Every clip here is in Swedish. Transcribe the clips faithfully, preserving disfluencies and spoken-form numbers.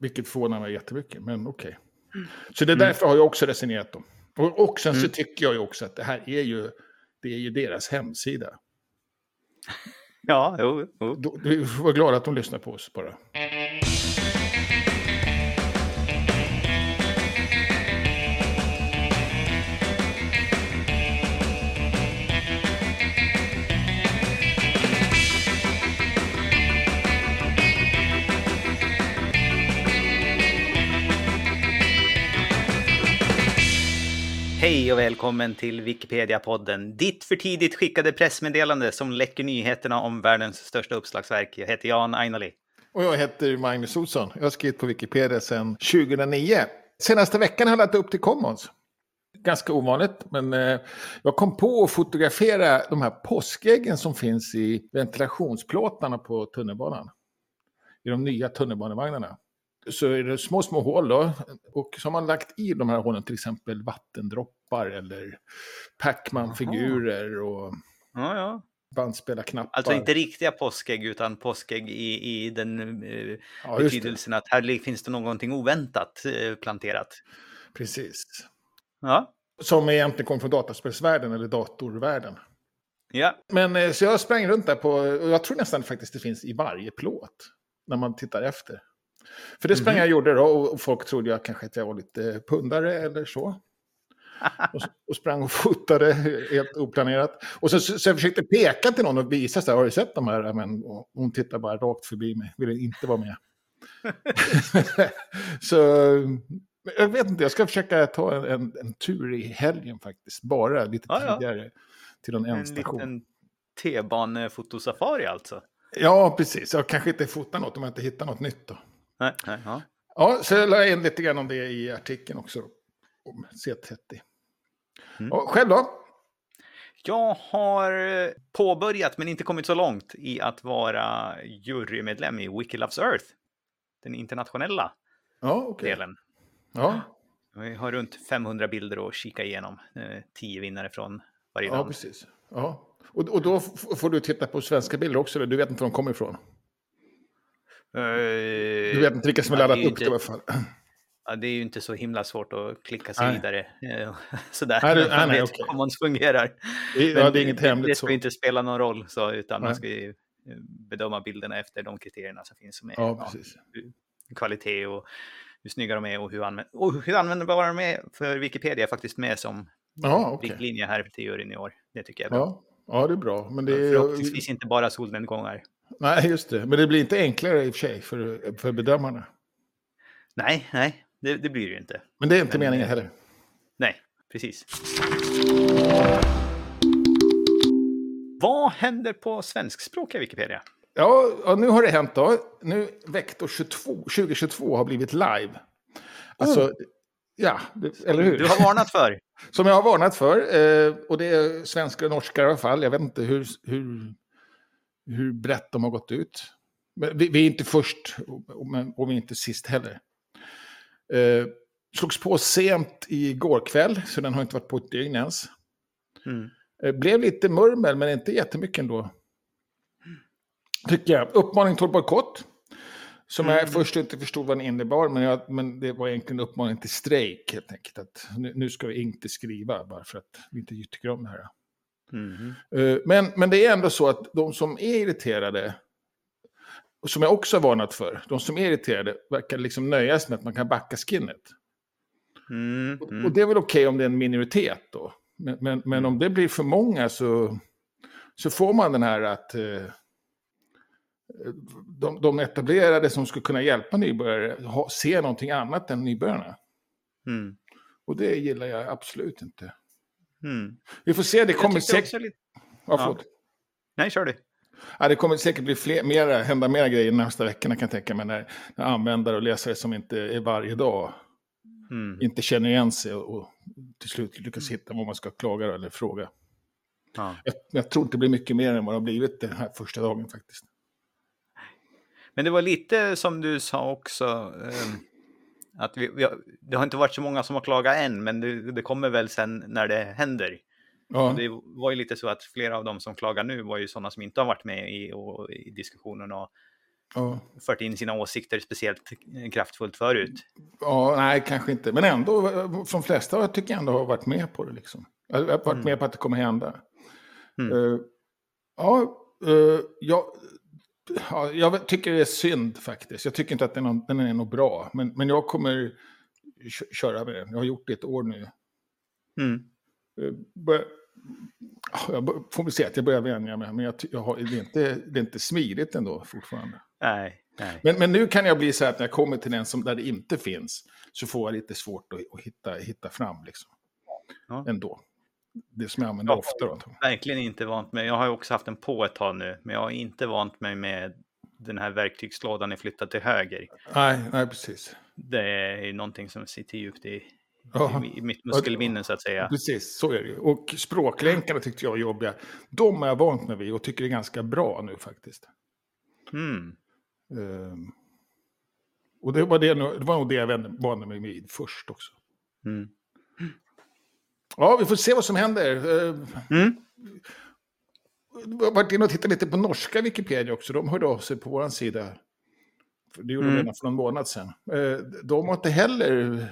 Vilket förvånar mig jättemycket, men okej. Okay. Mm. Så det är därför har jag också resonerat om. Och, och sen mm. så tycker jag ju också att det här är ju, det är ju deras hemsida. Ja, jo, jo. Du, du får vara glad att de lyssnar på oss bara. Hej och välkommen till Wikipedia-podden. Ditt för tidigt skickade pressmeddelande som läcker nyheterna om världens största uppslagsverk. Jag heter Jan Ainali. Och jag heter Magnus Olsson. Jag har skrivit på Wikipedia sedan tjugohundranio. Senaste veckan har jag lagt upp till Commons. Ganska ovanligt, men eh, jag kom på att fotografera de här påskäggen som finns i ventilationsplåtarna på tunnelbanan. I de nya tunnelbanevagnarna. Så är det små, små hål då. Och så har man lagt i de här hålen till exempel vattendroppar eller Pac-Man-figurer och ja, ja. bandspelarknappar. Alltså inte riktiga påskägg utan påskägg i, i den eh, ja, betydelsen att här finns det någonting oväntat eh, planterat. Precis. Ja. Som egentligen kom från dataspelsvärlden eller datorvärlden. Ja. Men eh, så jag sprang runt där på, och jag tror nästan faktiskt det finns i varje plåt när man tittar efter. För det sprang mm-hmm. jag gjorde då och folk trodde jag kanske att jag var lite pundare eller så. och, och sprang och fotade helt oplanerat. Och så, så, så jag försökte peka till någon och visa så här, har du sett de här? Men hon tittade bara rakt förbi mig, ville inte vara med. Så jag vet inte, jag ska försöka ta en, en, en tur i helgen faktiskt. Bara lite ja, tidigare ja. till någon ändstation. En liten T-bane-fotosafari alltså. Ja, precis. Jag kanske inte fotar något om jag inte hittar något nytt då. Nej, nej, ja. Ja, så jag la in lite grann om det i artikeln också om C trettio. Mm. Och själv då? Jag har påbörjat men inte kommit så långt i att vara jurymedlem i Wiki Loves Earth. Den internationella ja, okay. delen. Ja. Vi har runt femhundra bilder att kika igenom. Tio vinnare från varje ja, land. Precis. Ja, och, och då f- får du titta på svenska bilder också, eller du vet inte var de kommer ifrån? Du vet inte vilka som är laddat ja, upp det i alla fall. Ja, det är ju inte så himla svårt att klicka sig nej. vidare. Sådär. Nej, det, man nej, vet okay. hur man fungerar. Det, ja, det är inget hemligt. Det ska så. inte spela någon roll, så, utan nej. man ska ju bedöma bilderna efter de kriterierna som finns. Som är, ja, precis. Ja, kvalitet och hur snygga de är och hur, använd- och hur användbara de är. För Wikipedia är faktiskt med som ja, okay. riktlinje här till juryn i år. Det tycker jag är bra. Ja, ja det är bra. Men det är förhoppningsvis inte bara solnedgångar. Nej, just det. Men det blir inte enklare i och för sig för, för bedömarna. Nej, nej. Det, det blir det ju inte. Men det är inte Men, meningen heller. Nej, precis. Vad händer på svenskspråkiga Wikipedia? Ja, ja, nu har det hänt då. Nu Vector tjugotvå, tjugo tjugotvå har blivit live. Alltså, oh. ja, det, eller hur? Du har varnat för. Som jag har varnat för. Eh, och det är svenskar och norskar i alla fall. Jag vet inte hur... hur hur brett de har gått ut. Men vi, vi är inte först, och vi är inte sist heller. Eh, slogs på sent igår kväll, så den har inte varit på ett dygn ens. Mm. Eh, blev lite murmel, men inte jättemycket ändå. Tycker jag. Uppmaning till bojkott. Som mm. jag först inte förstod vad den innebar, men, jag, men det var egentligen uppmaning till strejk helt enkelt. Att nu, nu ska vi inte skriva, bara för att vi inte tycker om det här. Mm. Men, men det är ändå så att de som är irriterade, som jag också har varnat för, de som är irriterade verkar liksom nöjas med att man kan backa skinnet. Mm. Mm. Och, och det är väl okej om det är en minoritet då. Men, men, men mm. om det blir för många så, så får man den här att eh, de, de etablerade som skulle kunna hjälpa nybörjare ha, ser någonting annat än nybörjarna. Mm. Och det gillar jag absolut inte. Mm. Vi får se, det kommer säkert... Lite... Ja, ja. Nej, kör du. Ja, det kommer säkert bli fler, mera, hända mera grejer de nästa veckorna kan jag tänka mig. När, när användare och läsare som inte är varje dag mm. inte känner igen sig och, och till slut lyckas hitta vad man ska klaga eller fråga. Ja. Jag, jag tror inte det blir mycket mer än vad det har blivit den här första dagen faktiskt. Men det var lite som du sa också... Um... Att vi, vi har, det har inte varit så många som har klagat än, men det, det kommer väl sen när det händer. Ja. Och det var ju lite så att flera av dem som klagar nu var ju sådana som inte har varit med i, och, i diskussionen och ja. fört in sina åsikter speciellt kraftfullt förut. Ja, nej, kanske inte. Men ändå, de flesta tycker jag ändå har varit med på det liksom. Jag har varit mm. med på att det kommer hända. Mm. Uh, ja, uh, jag, ja, jag tycker det är synd faktiskt. Jag tycker inte att den är, någon, den är något bra. Men, men jag kommer köra med den. Jag har gjort det ett år nu. Mm. Uh, bör, jag får väl säga att jag börjar vänja mig. Men jag, jag har, det, är inte, det är inte smidigt ändå fortfarande. Nej, nej. Men, men nu kan jag bli så här att när jag kommer till den som där det inte finns så får jag lite svårt att, att hitta, hitta fram liksom. Ja. Ändå. Det som jag använder jag ofta. Då. Verkligen inte vant mig. Jag har ju också haft den på ett tag nu. Men jag har inte vant mig med den här verktygslådan är flyttad till höger. Nej, nej precis. Det är någonting som sitter djupt i, ja. i, i mitt muskelminne så att säga. Precis, så är det ju. Och språklänkarna tyckte jag var jobbiga. De är jag vant med vid och tycker det är ganska bra nu faktiskt. Mm. Um, och det var, det, det var nog det jag vande mig vid först också. Mm. Ja, vi får se vad som händer. Mm. Jag har varit inne och tittat lite på norska Wikipedia också. De hörde av sig på vår sida. Det gjorde mm. de redan för någon månad sedan. De har inte heller...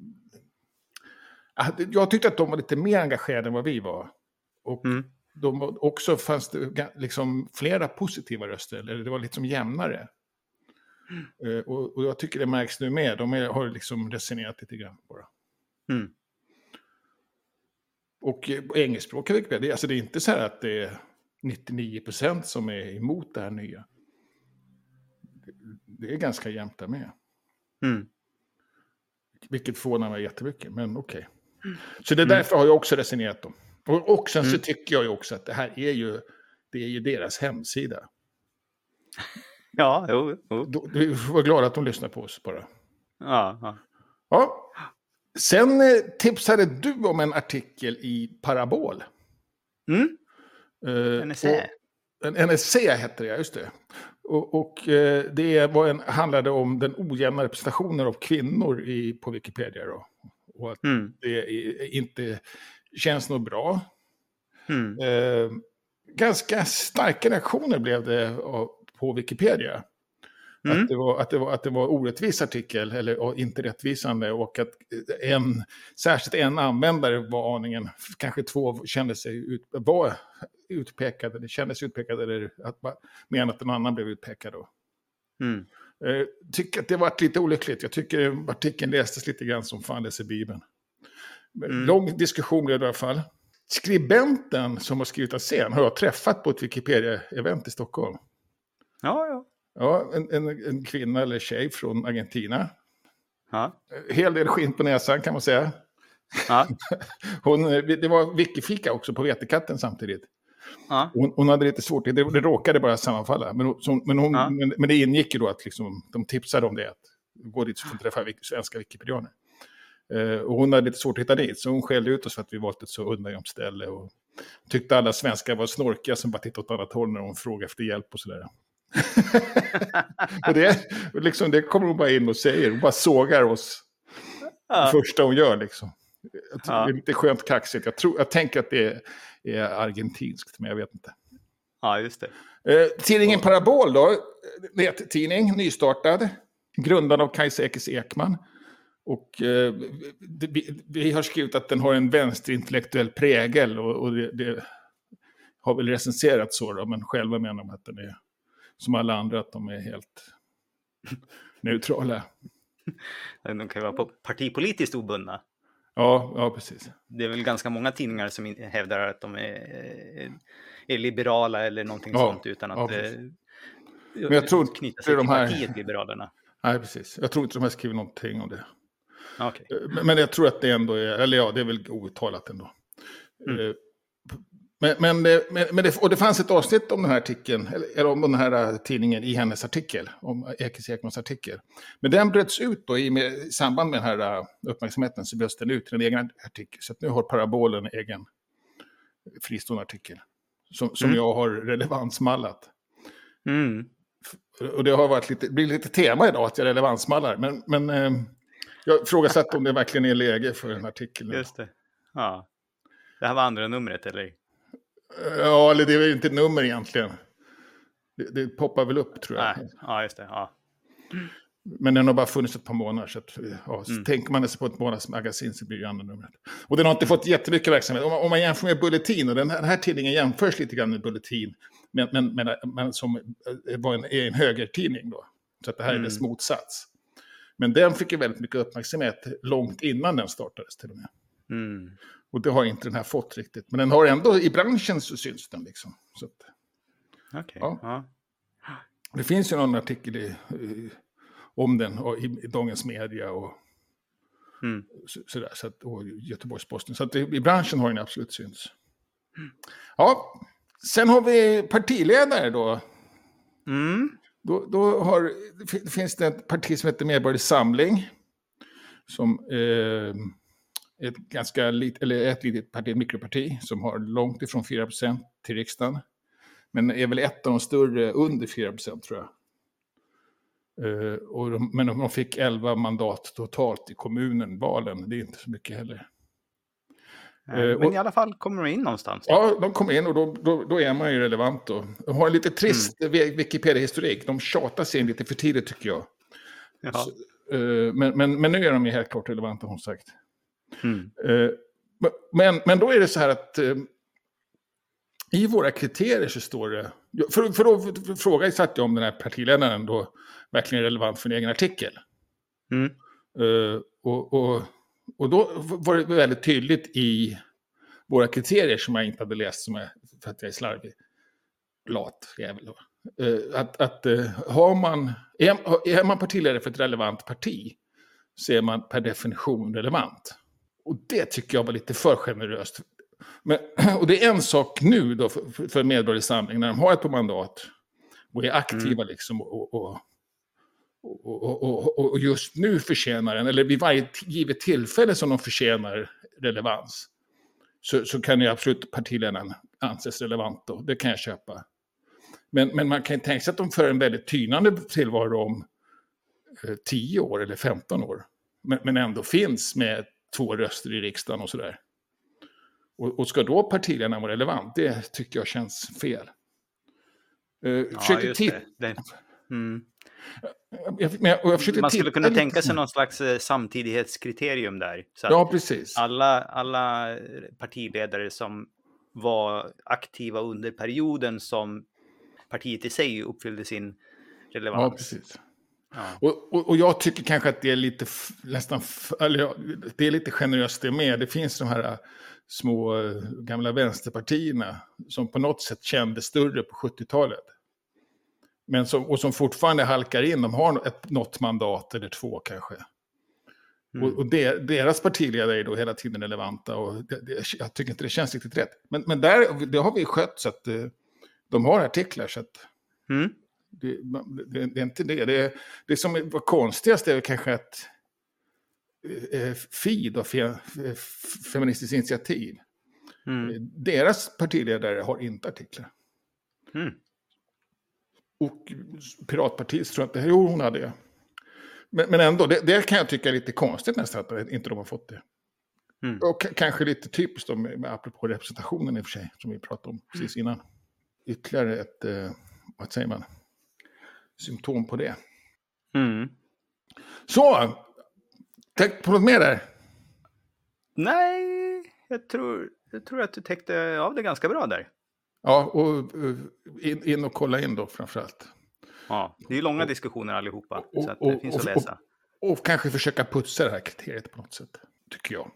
Jag tyckte att de var lite mer engagerade än vad vi var. Och mm. de var också fanns det liksom flera positiva röster. Eller det var liksom jämnare. Mm. Och, och jag tycker det märks nu med. De är, har liksom resonerat lite grann på det. Mm. Och på engelskspråkiga Wikipedia, alltså det är inte så här att det är nittionio procent som är emot det här nya. Det är ganska jämnt där med. Mm. Vilket förvånar mig jättemycket, men okej. Okay. Mm. Så det är därför har jag också resonerat om. Och, och sen mm. så tycker jag ju också att det här är ju, det är ju deras hemsida. Ja, jo. jo. Du får vara glad att de lyssnar på oss bara. Ja, ja. Ja. Sen eh, tipsade du om en artikel i Parabol. Mm. Uh, en essä. En, en essä hette det, just det. Och, och eh, det var en, handlade om den ojämna representationen av kvinnor i, på Wikipedia. Då. Och att mm. det inte känns något bra. Mm. Eh, ganska starka reaktioner blev det på Wikipedia. Mm. Att, det var, att, det var, att det var orättvis artikel, eller inte rättvisande, och att en, särskilt en användare var aningen, kanske två kände sig ut, var utpekade, eller kände sig utpekade, eller att man menar att en annan blev utpekad då. Mm. Jag tycker att det var lite olyckligt. Jag tycker artikeln lästes lite grann som fan läser Bibeln. Mm. Lång diskussion blev det i alla fall. Skribenten som har skrivit scen har jag träffat på ett Wikipedia-event i Stockholm. Ja, ja. Ja, en, en, en kvinna eller tjej från Argentina. Ja. Hel del skinn på näsan kan man säga. Ja. Hon, det var Wikifika också på Vetekatten samtidigt. Ja. Hon, hon hade lite svårt, det, det råkade bara sammanfalla. Men, så, men, hon, ja. men, men det ingick ju då att liksom, de tipsade om det. Att gå dit och träffa svenska wikipedianer. Uh, och hon hade lite svårt att hitta dit. Så hon skällde ut oss för att vi valt ett så undangömt ställe. Och tyckte alla svenskar var snorkiga som bara tittade åt annat håll när hon frågade efter hjälp och sådär. och det, liksom, det kommer hon bara in och säger. Hon bara sågar oss. Ja. Det första hon gör liksom. Ja. Det är lite skönt kaxigt. Jag, tror, jag tänker att det är, är argentinskt, men jag vet inte. Ja, just det. Eh, tidningen Parabol då. Nättidning, nystartad. Grundad av Kajsa Ekis Ekman. Och eh, det, vi, vi har skrivit att den har en vänsterintellektuell prägel. Och, och det, det har väl recenserat så då. Men själva menar de att den är som alla andra, att de är helt neutrala. De kan ju vara partipolitiskt obundna. Ja, ja, precis. Det är väl ganska många tidningar som hävdar att de är, är liberala eller någonting ja, sånt utan att ja, eh, men jag tror knyta sig till här... partiet Liberalerna. Nej, precis. Jag tror inte de har skrivit någonting om det. Okay. Men, men jag tror att det ändå är, eller ja, det är väl outtalat ändå. Mm. Men, men, men, men det, och det fanns ett avsnitt om den här artikeln, eller om den här tidningen i hennes artikel, om Ekis Ekmans artikel. Men den bröts ut då i, med, i samband med den här uppmärksamheten, så bröts den ut till en egen artikel. Så att nu har Parabolen en egen fristående artikel som, som mm. jag har relevansmallat. Mm. Och det har varit lite, blir lite tema idag att jag relevansmallar. Men, men eh, jag frågasatte om det verkligen är läge för en artikel. Just det. Ja. Det här var andra numret, eller? Ja, eller det är ju inte ett nummer egentligen. Det, det poppar väl upp tror jag. Nej. Ja, just det. Ja. Men den har bara funnits ett par månader. Så att, ja, så Mm. tänker man sig på ett månadsmagasin så blir det ju andra numret. Och den har inte fått jättemycket verksamhet. Om man, om man jämför med Bulletin, och den här, den här tidningen jämförs lite grann med Bulletin. Men, men, men, men som var en, en högertidning då. Så att det här mm. är dess motsats. Men den fick ju väldigt mycket uppmärksamhet långt innan den startades till och med. Mm. Och det har inte den här fått riktigt. Men den har ändå, i branschen så syns den liksom. Så att, okay. ja. Ja. Det finns ju någon artikel i, i, om den och i, i Dagens Media och mm. så, sådär. Så att, och Göteborgs-Posten. Så att det, i branschen har den absolut syns. Mm. Ja, sen har vi partiledare då. Mm. Då, då har, det finns det ett parti som heter Medborgerlig Samling. Som eh, ett ganska lit, eller ett litet parti, ett mikroparti. Som har långt ifrån fyra procent till riksdagen. Men är väl ett av de större under fyra procent tror jag. Uh, och de, men de fick elva mandat totalt i kommunen, valen. Det är inte så mycket heller. Nej, uh, men och, i alla fall kommer de in någonstans. Då. Ja, de kommer in och då, då, då är man ju relevant då. De har en lite trist mm. Wikipedia-historik. De tjatar sig in lite för tidigt tycker jag. Så, uh, men, men, men nu är de ju helt klart relevanta, hon sagt. Mm. Uh, men, men då är det så här att uh, i våra kriterier så står det... För, för då frågade jag om den här partiledaren då verkligen är relevant för en egen artikel. Mm. Uh, och, och, och då var det väldigt tydligt i våra kriterier som jag inte hade läst som jag, för att jag är slarvig. Lat jävel då. Uh, att att uh, har man, är, är man partiledare för ett relevant parti så är man per definition relevant. Och det tycker jag var lite för generöst. Men, och det är en sak nu då för, för Medborgerlig Samling när de har ett mandat och är aktiva mm. liksom och, och, och, och, och, och just nu förtjänar den, eller vid varje givet tillfälle som de förtjänar relevans så, så kan ju absolut partiledaren anses relevant då, det kan jag köpa. Men, men man kan tänka sig att de för en väldigt tynande tillvaro om eh, tio år eller femton år. Men, men ändå finns med två röster i riksdagen och sådär. Och, och ska då partiledarna vara relevant? Det tycker jag känns fel. Uh, ja, just det. det. Mm. Jag, jag, jag Man skulle kunna lite. tänka sig någon slags eh, samtidighetskriterium där. Så ja, precis. Alla, alla partiledare som var aktiva under perioden som partiet i sig uppfyllde sin relevans. Ja, precis. Ja. Och, och, och jag tycker kanske att det är lite nästan, eller det är lite generöst det med. Det finns de här små gamla vänsterpartierna som på något sätt kände större på sjuttiotalet. Men som, och som fortfarande halkar in, de har ett, något mandat eller två kanske. Mm. Och, och det, deras partiledare är då hela tiden relevanta och det, det, jag tycker inte det känns riktigt rätt. Men, men där, det har vi skött så att de har artiklar så att mm. det, det, det är inte det. Det, det som var konstigast är kanske att eh, F I D och fe, Feministiskt initiativ. Mm. Deras partiledare har inte artiklar. Mm. Och Piratpartiet tror jag inte, jo hon hade det. Men, men ändå, det, det kan jag tycka är lite konstigt nästan att inte de har fått det. Mm. Och k- kanske lite typiskt då med, med apropå representationen i och för sig, som vi pratade om precis innan. Mm. Ytterligare ett, eh, vad säger man, symptom på det. Mm. Så, tänk på något mer där? Nej, jag tror, jag tror att du täckte av det ganska bra där. Ja, och in, in och kolla in då framförallt. Ja, det är ju långa och, diskussioner allihopa, och, så att det och, finns och, att läsa. Och, och, och kanske försöka putsa det här kriteriet på något sätt, tycker jag.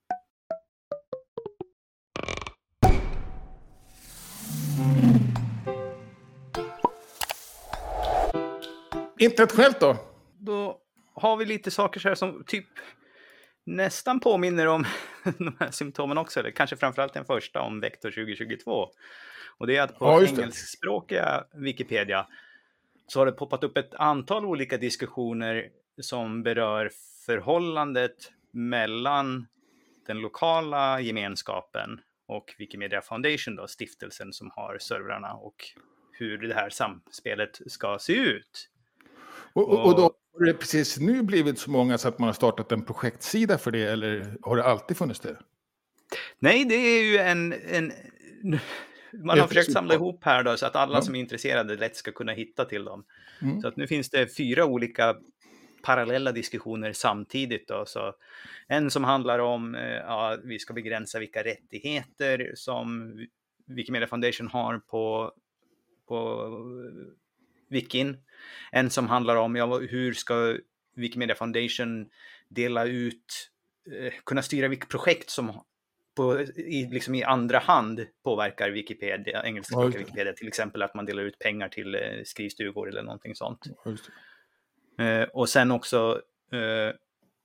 Internationellt då? Då har vi lite saker så här som typ nästan påminner om de här symptomen också, eller kanske framförallt den första om Vector tjugo tjugotvå. Och det är att på ja, engelskspråkiga Wikipedia så har det poppat upp ett antal olika diskussioner som berör förhållandet mellan den lokala gemenskapen och Wikimedia Foundation, då, stiftelsen som har servrarna, och hur det här samspelet ska se ut. Och, och, och då har det precis nu blivit så många så att man har startat en projektsida för det, eller har det alltid funnits det? Nej, det är ju en, en man har försökt samla ihop här då, så att alla ja. som är intresserade lätt ska kunna hitta till dem. Mm. Så att nu finns det fyra olika parallella diskussioner samtidigt då. Så en som handlar om eh, ja, vi ska begränsa vilka rättigheter som Wikimedia Foundation har på, på Wikin. En som handlar om ja, hur ska Wikimedia Foundation dela ut, eh, kunna styra vilka projekt som på, i, liksom i andra hand påverkar Wikipedia, engelskspråkiga Wikipedia, till exempel att man delar ut pengar till eh, skrivstugor eller någonting sånt. Eh, och sen också eh,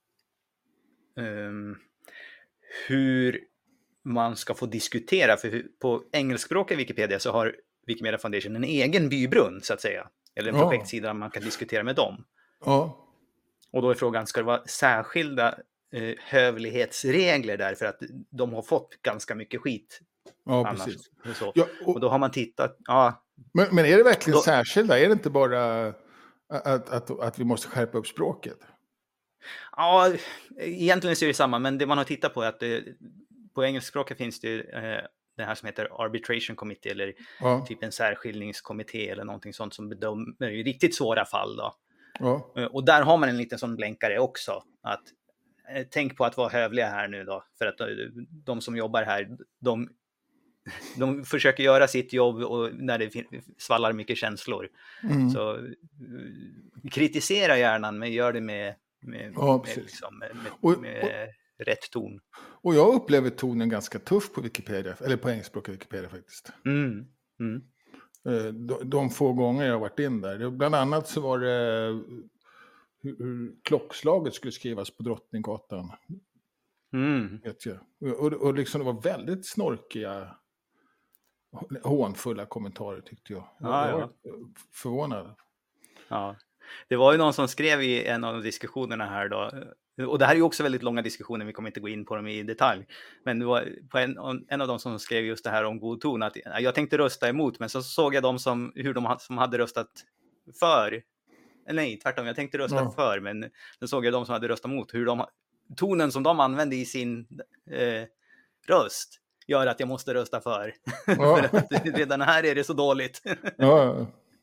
um, hur man ska få diskutera, för på engelskspråkiga Wikipedia så har Wikimedia Foundation en egen bybrunn så att säga, eller en ja. projektsida där man kan diskutera med dem. Ja. Och då är frågan, ska det vara särskilda eh, hövlighetsregler där, för att de har fått ganska mycket skit. Ja, annars. precis. Så. Ja, och, och då har man tittat, ja. Men, men är det verkligen då, särskilda? Är det inte bara att, att, att vi måste skärpa upp språket? Ja, egentligen så är det samma, men det man har tittat på är att det, på engelskspråket finns det eh, det här som heter arbitration committee, eller ja. typ en särskiljningskommitté eller någonting sånt som bedömer i riktigt svåra fall då. Ja. Och där har man en liten sån blänkare också, att eh, tänk på att vara hövliga här nu då, för att de som jobbar här, de, de försöker göra sitt jobb och när det svallar mycket känslor. Mm. Så uh, kritisera gärna, men gör det med med, ja, med, liksom, med, med, och, med och, rätt ton. Och jag upplever tonen ganska tuff på Wikipedia, eller på engelskspråkiga Wikipedia faktiskt. Mm. Mm. De, de få gånger jag har varit in där. Bland annat så var det hur, hur klockslaget skulle skrivas på Drottninggatan. Mm. Vet jag. Och, och liksom det var väldigt snorkiga, hånfulla kommentarer tyckte jag. Jag, ja, jag var ja. förvånad. Ja. Det var ju någon som skrev i en av diskussionerna här då, och det här är ju också väldigt långa diskussioner, vi kommer inte gå in på dem i detalj, men det var på en, en av dem som skrev just det här om god ton, att jag tänkte rösta emot, men så såg jag dem som, hur de som hade röstat för, eller nej, tvärtom, jag tänkte rösta ja. för, men så såg jag de som hade röstat emot, hur de, tonen som de använde i sin eh, röst gör att jag måste rösta för, ja. för att redan här är det så dåligt. Ja.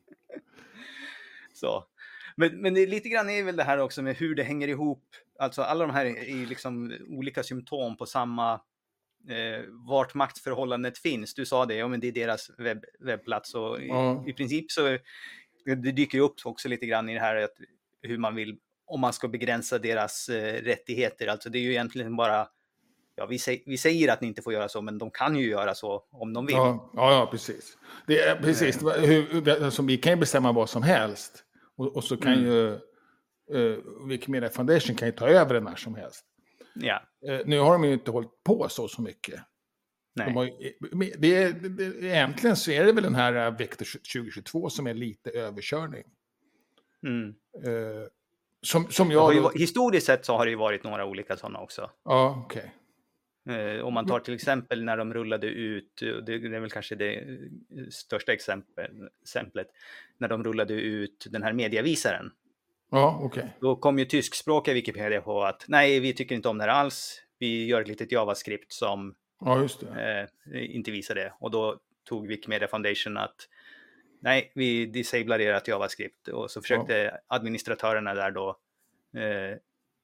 Så. Men, men det är lite grann är väl det här också med hur det hänger ihop. Alltså alla de här är liksom olika symptom på samma eh, vart maktförhållandet finns. Du sa det, ja men det är deras webb, webbplats. Och ja. i, i princip så det dyker ju upp också lite grann i det här att hur man vill, om man ska begränsa deras eh, rättigheter. Alltså det är ju egentligen bara, ja vi, säg, vi säger att ni inte får göra så, men de kan ju göra så om de vill. Ja, ja, ja precis. Det är precis, mm. hur, alltså, vi kan ju bestämma vad som helst. Och, och så kan mm. ju uh, Wikimedia Foundation kan ju ta över den här som helst. Ja. Uh, nu har de ju inte hållit på så så mycket. Nej. De har, det är, det, egentligen så är det väl den här Vector tjugo tjugotvå som är lite överkörning. Mm. Uh, som, som jag ju, då... Historiskt sett så har det ju varit några olika sådana också. Ja, okej. Okay. Om man tar till exempel när de rullade ut, det är väl kanske det största exempel, exemplet, när de rullade ut den här medievisaren. Ja, okej. Okay. Då kom ju tyskspråkiga Wikipedia på att nej, vi tycker inte om det här alls. Vi gör ett litet JavaScript som ja, just det. Eh, inte visar det. Och då tog Wikimedia Foundation att nej, vi disablar ert JavaScript. Och så försökte ja. administratörerna där då eh,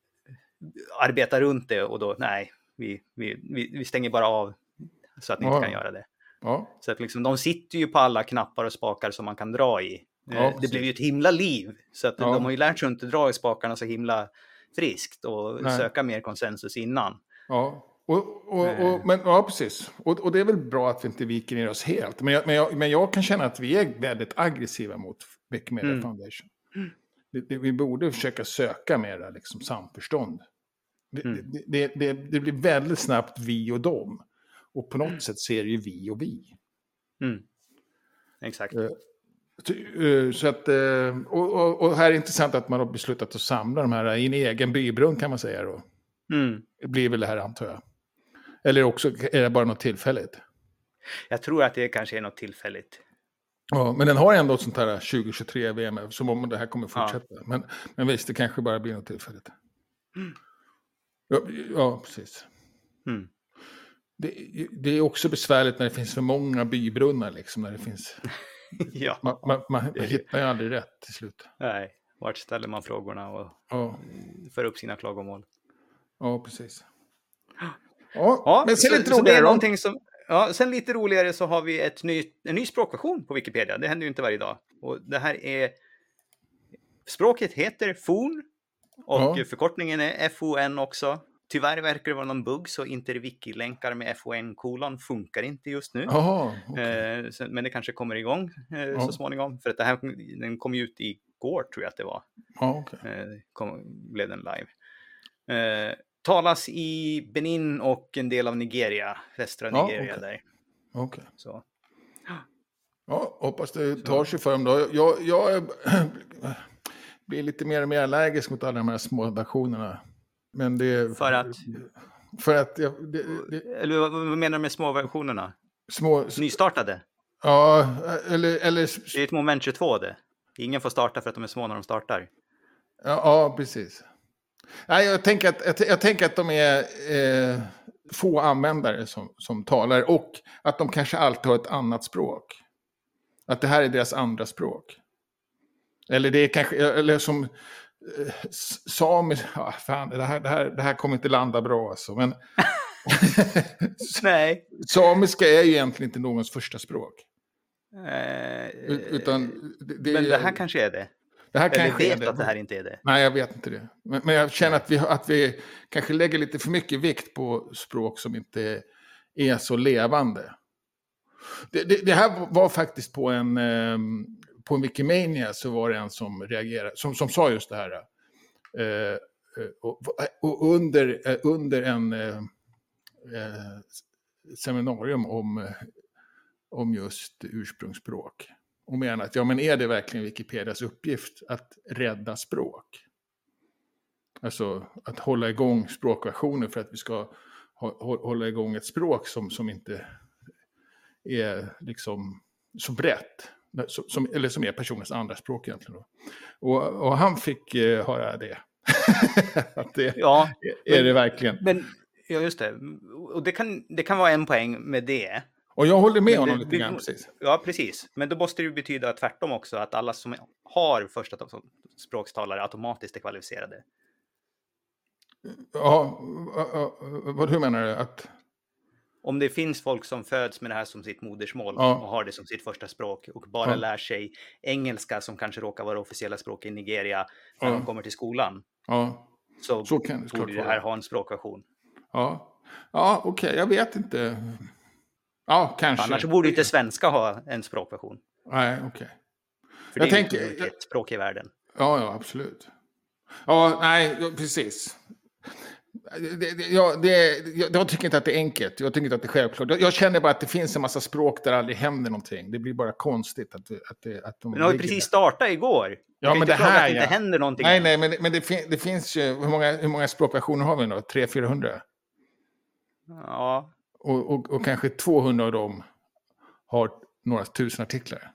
arbeta runt det och då nej. Vi, vi, vi stänger bara av så att ni ja. inte kan göra det. Ja. Så att liksom, de sitter ju på alla knappar och spakar som man kan dra i. Ja, det blev ju ett himla liv. Så att ja. de har ju lärt sig att inte dra i spakarna så himla friskt och Nej. söka mer konsensus innan. Ja, och, och, och, men, ja precis. Och, och det är väl bra att vi inte viker ner oss helt. Men jag, men jag, men jag kan känna att vi är väldigt aggressiva mot Wikimedia mm. Foundation. Mm. Det, det, vi borde försöka söka mera liksom, samförstånd. Det, mm. det, det, det, det blir väldigt snabbt vi och dem. Och på något mm. sätt ser ju vi och vi. Mm. Exakt. Uh, så, så att, uh, och, och, och här är det intressant att man har beslutat att samla de här i en egen bybrunn kan man säga då. Mm. Det blir väl det här antar jag. Eller också är det bara något tillfälligt. Jag tror att det kanske är något tillfälligt. Ja, men den har ändå ett sånt här tjugo tjugotre V M som om det här kommer fortsätta. Ja. Men, men visst, det kanske bara blir något tillfälligt. Mm. Ja, ja, precis. Mm. Det, det är också besvärligt när det finns för många bybrunnar liksom, när det finns... ja. Man, man, man, man hittar ju aldrig rätt till slut. Nej, vart ställer man frågorna och ja. för upp sina klagomål. Ja, precis. Ja, ja men sen så, lite så det är roligare någonting som... Ja, sen lite roligare så har vi ett ny, en ny språkversion på Wikipedia. Det händer ju inte varje dag. Och det här är... Språket heter Fon. Och ja. Förkortningen är F O N också. Tyvärr verkar det vara någon bugg så interwiki-länkar med F O N kolon funkar inte just nu. Aha, okay. eh, så, men det kanske kommer igång eh, ja. så småningom. För att det här den kom ut igår tror jag att det var. Ja, okay. eh, kom, blev den live. Eh, talas i Benin och en del av Nigeria. Västra ja, Nigeria okay. där. Okej. Okay. Så. Ja, hoppas det tar sig för dem då. Jag, jag blir lite mer och mer allergisk mot alla de här små versionerna. Men det för att för att jag, det, det, eller vad menar du med små versionerna? Små nystartade. Ja, eller eller det är ett moment tjugotvå det. Ingen får starta för att de är små när de startar. Ja, ja precis. Nej, jag tänker att jag, jag tänker att de är eh, få användare som som talar och att de kanske alltid har ett annat språk. Att det här är deras andra språk. Eller det är kanske eller som samisk, ja, fan, det här, det, här, det här kommer inte landa bra alltså, men nej. Samiska är ju egentligen inte någons första språk. Eh, utan det, det, men det här kanske är det. Det här Eller kanske vet är det. att det här inte är det. Nej, jag vet inte det. Men, men jag känner att vi, att vi kanske lägger lite för mycket vikt på språk som inte är så levande. Det, det, det här var faktiskt på en... Um, på en Wikimania så var det en som reagerade, som, som sa just det här. Eh, och, och under, under en eh, seminarium om, om just ursprungsspråk. Och menar att, ja men är det verkligen Wikipedias uppgift att rädda språk? Alltså att hålla igång språkversioner för att vi ska ha, hålla igång ett språk som, som inte är liksom så brett. Som, eller som är personens andra språk egentligen då. Och, och han fick eh, höra det. Att det ja, är men, det verkligen. Men, ja just det. Och det kan, det kan vara en poäng med det. Och jag håller med men honom det, lite grann precis. Ja, precis. Men då måste det ju betyda tvärtom också. Att alla som har första språkstalare automatiskt är kvalificerade. Ja, vad, hur menar du? Att... Om det finns folk som föds med det här som sitt modersmål ja. och har det som sitt första språk och bara ja. lär sig engelska som kanske råkar vara officiella språk i Nigeria när ja. de kommer till skolan. Ja. Så, så kan det borde det här ha en språkversion. Ja, ja okej, okay. jag vet inte. Ja, kanske. Annars borde inte svenska ha en språkversion. Nej, okej. Okay. För jag det är tänker... ju ett språk i världen. Ja, ja, absolut. Ja, nej, precis. Det, det, jag, det, jag, jag tycker inte att det är enkelt. Jag tycker inte att det är självklart. Jag, jag känner bara att det finns en massa språk där aldrig händer någonting. Det blir bara konstigt att, att, det, att de... Men de har ju precis startat igår. Ja, men det här, att det inte händer någonting. Nej, nej, men, men det, fin, det finns ju... Hur många, hur många språkversioner har vi nu? tre hundra fyrahundra? Ja. Och, och, och kanske tvåhundra av dem har några tusen artiklar.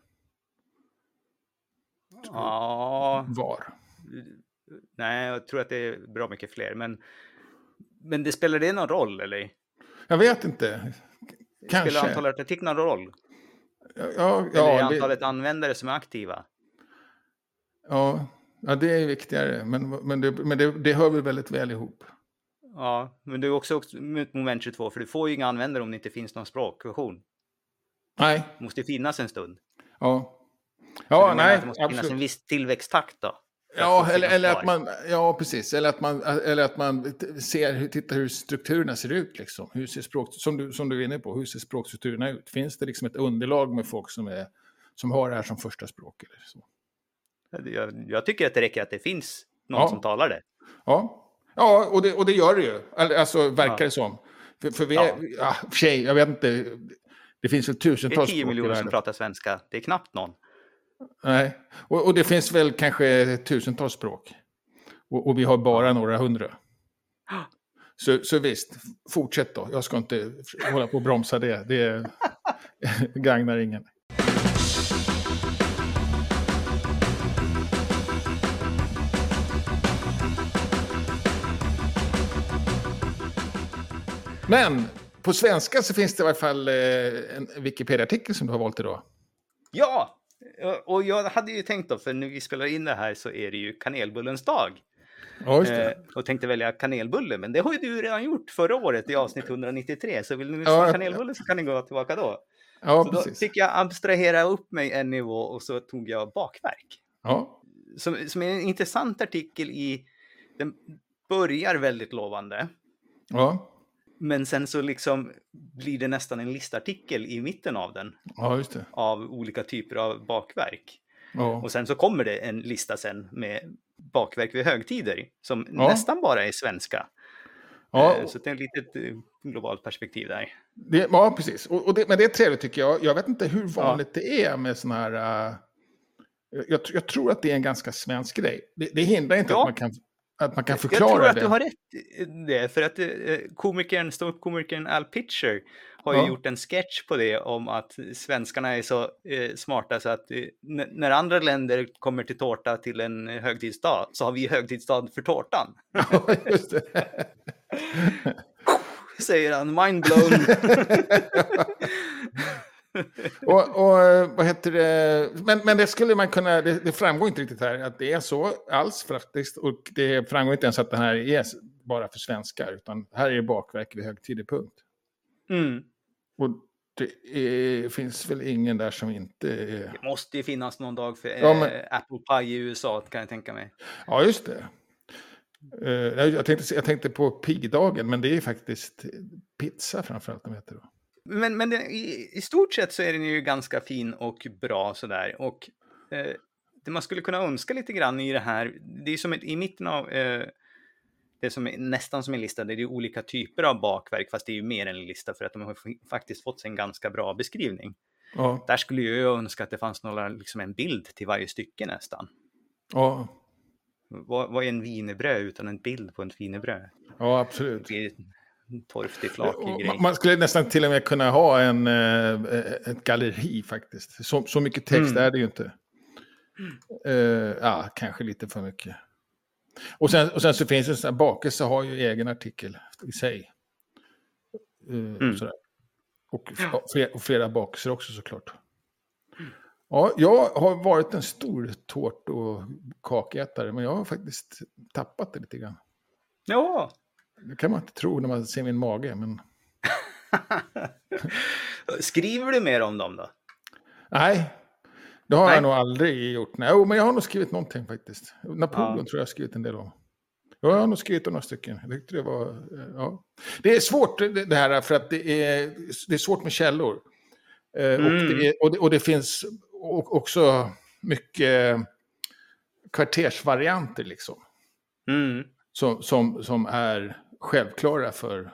Ja. Var? Nej, jag tror att det är bra mycket fler. Men, men det spelar det någon roll, eller? Jag vet inte. Kanske. Spelar antalet artiklar någon roll? Ja, ja, eller är det... antalet användare som är aktiva? Ja, ja det är viktigare. Men, men, det, men det, det hör vi väldigt väl ihop. Ja, men det är också ett moment tjugotvå. För du får ju inga användare om det inte finns någon språkversion. Nej. Det måste finnas en stund. Ja. Ja, nej. Det måste finnas absolut. En viss tillväxttakt då. Ja, eller, eller att man, ja, precis. Eller att man, eller att man ser, tittar hur strukturerna ser ut. Liksom. Hur ser språk, som, du, som du är inne på, hur ser språkstrukturerna ut? Finns det liksom ett underlag med folk som, är, som har det här som första språk? Eller så? Jag, jag tycker att det räcker att det finns någon ja. som talar det. Ja, ja och, det, och det gör det ju. Alltså verkar ja. det som. För, för vi är, ja. Ja, tjej, jag vet inte, det finns väl tusentals det är tio miljoner som pratar svenska. Det är knappt någon. Nej, och, och det finns väl kanske tusentals språk. Och, och vi har bara några hundra. Så, så visst, fortsätt då. Jag ska inte hålla på och bromsa det. Det gagnar ingen. Men på svenska så finns det i alla fall eh, en Wikipedia-artikel som du har valt idag. Ja, och jag hade ju tänkt då, för när vi spelar in det här så är det ju kanelbullens dag. Ja, just det. Eh, och tänkte välja kanelbulle, men det har ju du redan gjort förra året i avsnitt etthundranittiotre. Så vill ni lyssna Ja, på kanelbulle så kan ni gå tillbaka då. Ja, så precis. Då fick jag abstrahera upp mig en nivå och så tog jag bakverk. Ja. Som, som är en intressant artikel i... Den börjar väldigt lovande. Ja. Men sen så liksom blir det nästan en listartikel i mitten av den. Ja, just det. Av olika typer av bakverk. Ja. Och sen så kommer det en lista sen med bakverk vid högtider. Som Ja. nästan bara är svenska. Ja. Så det är ett litet globalt perspektiv där. Det, ja, precis. Och, och det, men det är trevligt tycker jag. Jag vet inte hur vanligt ja. det är med sån här... Uh, jag, jag tror att det är en ganska svensk grej. Det, det hindrar inte ja. att man kan... Att man kan förklara det. Jag tror att det. du har rätt det. För att eh, komikern, ståuppkomikern Al Pitcher har ju ja. gjort en sketch på det om att svenskarna är så eh, smarta så att eh, n- när andra länder kommer till tårta till en högtidsdag så har vi högtidsdag för tårtan. Ja, just det. Säger han, mind blown. och, och vad heter det? Men, men det skulle man kunna, det, det framgår inte riktigt här att det är så alls faktiskt. Och det framgår inte ens att det här är bara för svenskar. Utan här är bakverk vid högtidig punkt. Mm. Och det är, finns väl ingen där som inte är... Det måste ju finnas någon dag för ja, men... äh, Apple Pie i U S A, kan jag tänka mig. Ja, just det. Uh, jag, tänkte, jag tänkte på pigdagen, men det är faktiskt pizza framförallt de heter då. Men, men det, i, i stort sett så är den ju ganska fin och bra sådär. Och eh, det man skulle kunna önska lite grann i det här, det är som ett, i mitten av eh, det som är nästan som en lista, det är ju olika typer av bakverk, fast det är ju mer än en lista för att de har f- faktiskt fått en ganska bra beskrivning. Ja. Där skulle jag önska att det fanns några, liksom en bild till varje stycke nästan. Ja. Vad, vad är en wienerbröd utan en bild på en wienerbröd? Ja, absolut. Det är en torftig, flakig grej. Man skulle nästan till och med kunna ha en, ett galleri faktiskt. Så, så mycket text mm. är det ju inte. Uh, ja, kanske lite för mycket. Och sen, och sen så finns det så här, bakelse har ju egen artikel i sig. Uh, mm. sådär. Och, och, flera, och flera bakelser också såklart. Mm. Ja, jag har varit en stor tårt- och kakätare, men jag har faktiskt tappat det lite grann. Ja. Det kan man inte tro när man ser min mage, men... Skriver du mer om dem då? Nej, det har Nej. jag nog aldrig gjort. Nej, men jag har nog skrivit någonting faktiskt. Napoleon ja. tror jag har skrivit en del om. Jag har nog skrivit några stycken. Jag tyckte det var... Ja. Det är svårt det här, för att det är, det är svårt med källor. Mm. Och, det är, och, det, och det finns också mycket kvartersvarianter liksom. Mm. Som, som, som är självklara för,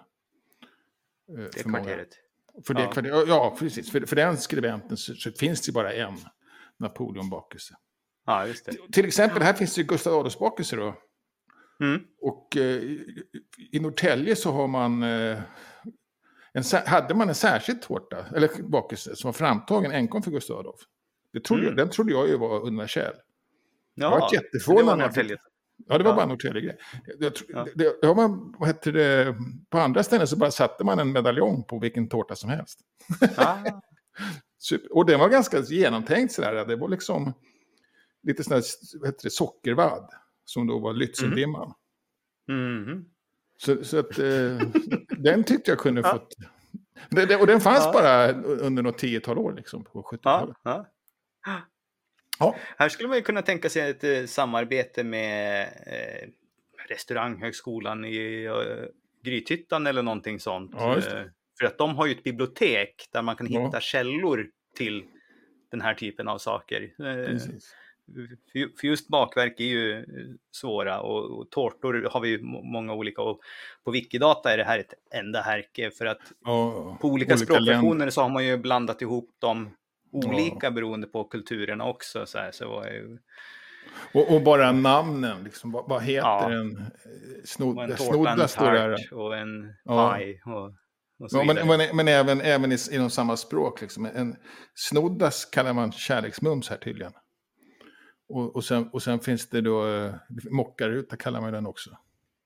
det för kvarteret. För det ja. kvarteret. Ja, precis. För, för den skribenten så, så finns det bara en Napoleon-bakelse. Ja, just det. Till exempel, här finns det Gustav Adolfs-bakelse då. Mm. Och eh, i Norrtälje så har man... Eh, en, hade man en särskild tårta, eller bakelse, som var framtagen enkom för Gustav Adolf. Det trodde mm. jag, den trodde jag ju var universell. Ja, jag var jätteförvånad. Ja, det var ja. bara en Norrtälje-grej. Det, ja. det, det, man, vad heter det, på andra ställen så bara satte man en medaljong på vilken tårta som helst. Ah. Och den var ganska genomtänkt sådär. Det var liksom lite sån här, vad heter det, sockervadd. Som då var Lützendimman. Mm. Mm. Så, så att eh, den tyckte jag kunde ja. fått... Det, det, och den fanns ja. bara under något tiotal år liksom, på sjuttiotalet. Ja. Ja. Ja. Här skulle man ju kunna tänka sig ett eh, samarbete med eh, restauranghögskolan i eh, Grythyttan eller någonting sånt. Ja, eh, för att de har ju ett bibliotek där man kan hitta ja. källor till den här typen av saker. Eh, Precis. För just bakverk är ju svåra och, och tårtor har vi ju många olika, och på Wikidata är det här ett enda härke för att oh, på olika, olika språkversioner så har man ju blandat ihop dem olika oh. beroende på kulturerna också. Så, här, så är ju... och, och bara namnen, liksom, vad, vad heter ja. en snod, en snodda står där. Och en paj ja. och, och så ja, men, men, men även, även inom samma språk. Liksom. En snoddas kallar man kärleksmums här tydligen. Och, och, sen, och sen finns det då eh, mockaruta kallar man den också.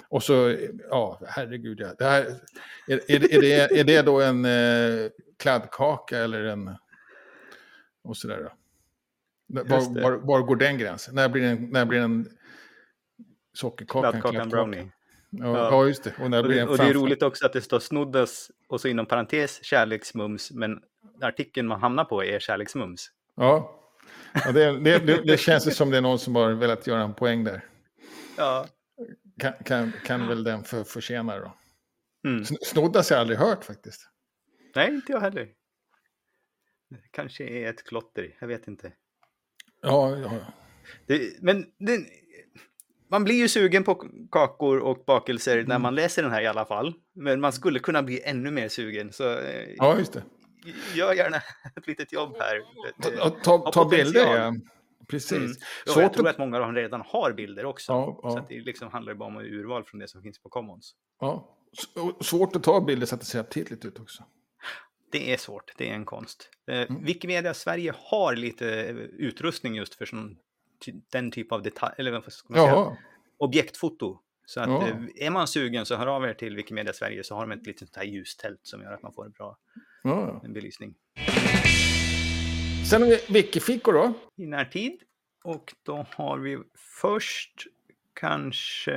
Och så, ja, herregud, ja. Det här, är, är, är, det, är det då en eh, kladdkaka eller en... Och sådär då. Var, var, var går den gränsen? När blir en, när blir en sockerkaka? Kladdkakan brownie. Ja, ja. ja, just det. Och, när och, blir det, en och det är roligt också att det står snoddas och så inom parentes kärleksmums, men artikeln man hamnar på är kärleksmums. Ja, ja det, det, det, det känns ju som det är någon som har velat göra en poäng där. Ja. Kan, kan, kan väl den för, försena då. Mm. Snoddas har jag aldrig hört faktiskt. Nej, inte jag heller. Det kanske är ett klotter, jag vet inte. Ja, ja. Det, men det, man blir ju sugen på kakor och bakelser mm. när man läser den här i alla fall. Men man skulle kunna bli ännu mer sugen. Så ja, just det. Gör gärna ett litet jobb här. Ta, ta, ta bilder, ja. Precis. Mm. Så jag tror att många av dem redan har bilder också. Ja, ja. Så att det liksom handlar bara om ett urval från det som finns på Commons. Ja. Svårt att ta bilder så att det ser aptitligt ut också. Det är svårt, det är en konst. Mm. Wikimedia Sverige har lite utrustning just för sån, den typ av detalj, eller vad ska man säga, objektfoto. Så att ja. Är man sugen så hör av er till Wikimedia Sverige, så har de ett litet här ljustält som gör att man får en bra ja. en belysning. Sen har vi Wikifikor då. I närtid. Och då har vi först kanske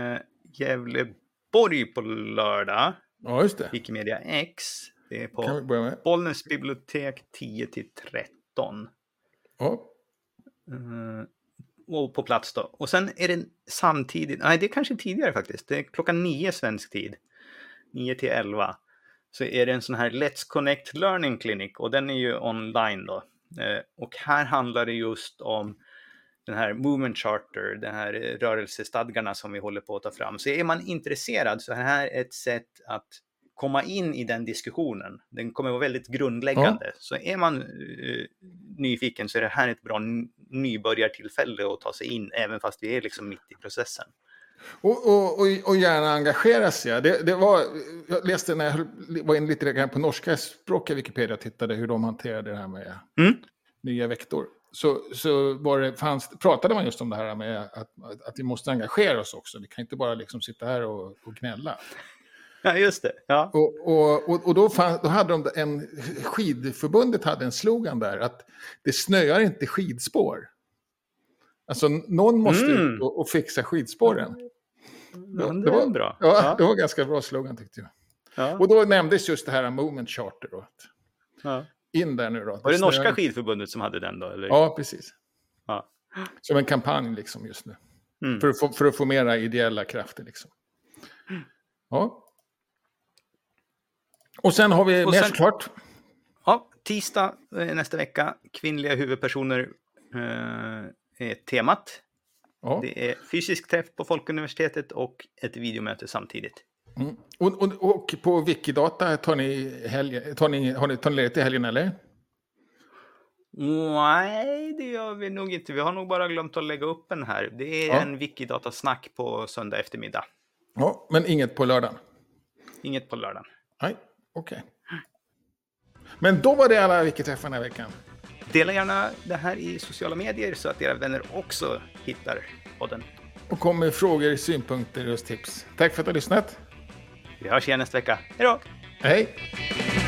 Gävleborg på lördag. Ja, just det. Wikimedia X. Det är på Bollnäs bibliotek tio till tretton. Ja. Uh, och på plats då. Och sen är det samtidigt, nej det är kanske tidigare faktiskt. Det är klockan nio svensk tid. nio till elva. Så är det en sån här Let's Connect Learning Clinic. Och den är ju online då. Uh, och här handlar det just om den här Movement Charter, den här rörelsestadgarna som vi håller på att ta fram. Så är man intresserad så här är ett sätt att komma in i den diskussionen. Den kommer vara väldigt grundläggande. Ja. Så är man uh, nyfiken så är det här ett bra n- nybörjartillfälle att ta sig in, även fast vi är liksom mitt i processen. Och, och, och, och gärna engagera sig. Det, det var, jag läste när jag var in lite grann på norska språk i Wikipedia och tittade hur de hanterade det här med mm. nya vektor. Så, så var det, fanns, pratade man just om det här med att, att, att vi måste engagera oss också. Vi kan inte bara liksom sitta här och, och gnälla. Ja, just det. Ja. Och, och, och, och då, fann, då hade de en, skidförbundet hade en slogan där, att det snöar inte skidspår. Alltså någon måste mm. ut och, och fixa skidspåren. Ja, det, det var bra. Ja, ja, det var ganska bra slogan tyckte jag. Ja. Och då nämndes just det här Movement Charter då. Ja. In där nu då. Var det, det norska skidförbundet som hade den då? Eller? Ja, precis. Ja. Som en kampanj liksom just nu. Mm. För, att få, för att få mera ideella krafter liksom. Ja. Och sen har vi mer såklart. Ja, tisdag nästa vecka. Kvinnliga huvudpersoner eh, är temat. Ja. Det är fysisk träff på Folkuniversitetet och ett videomöte samtidigt. Mm. Och, och, och på Wikidata tar ni, helgen, tar ni, har ni, tar ni ledigt i helgen eller? Nej, det gör vi nog inte. Vi har nog bara glömt att lägga upp en här. Det är ja. en Wikidata-snack på söndag eftermiddag. Ja, men inget på lördagen? Inget på lördagen. Nej, okej. Okay. Men då var det alla Wikiträffar den här veckan. Dela gärna det här i sociala medier så att era vänner också hittar podden. Och kom med frågor, synpunkter och tips. Tack för att du har lyssnat. Vi hörs igen nästa vecka. Hej då! Hej!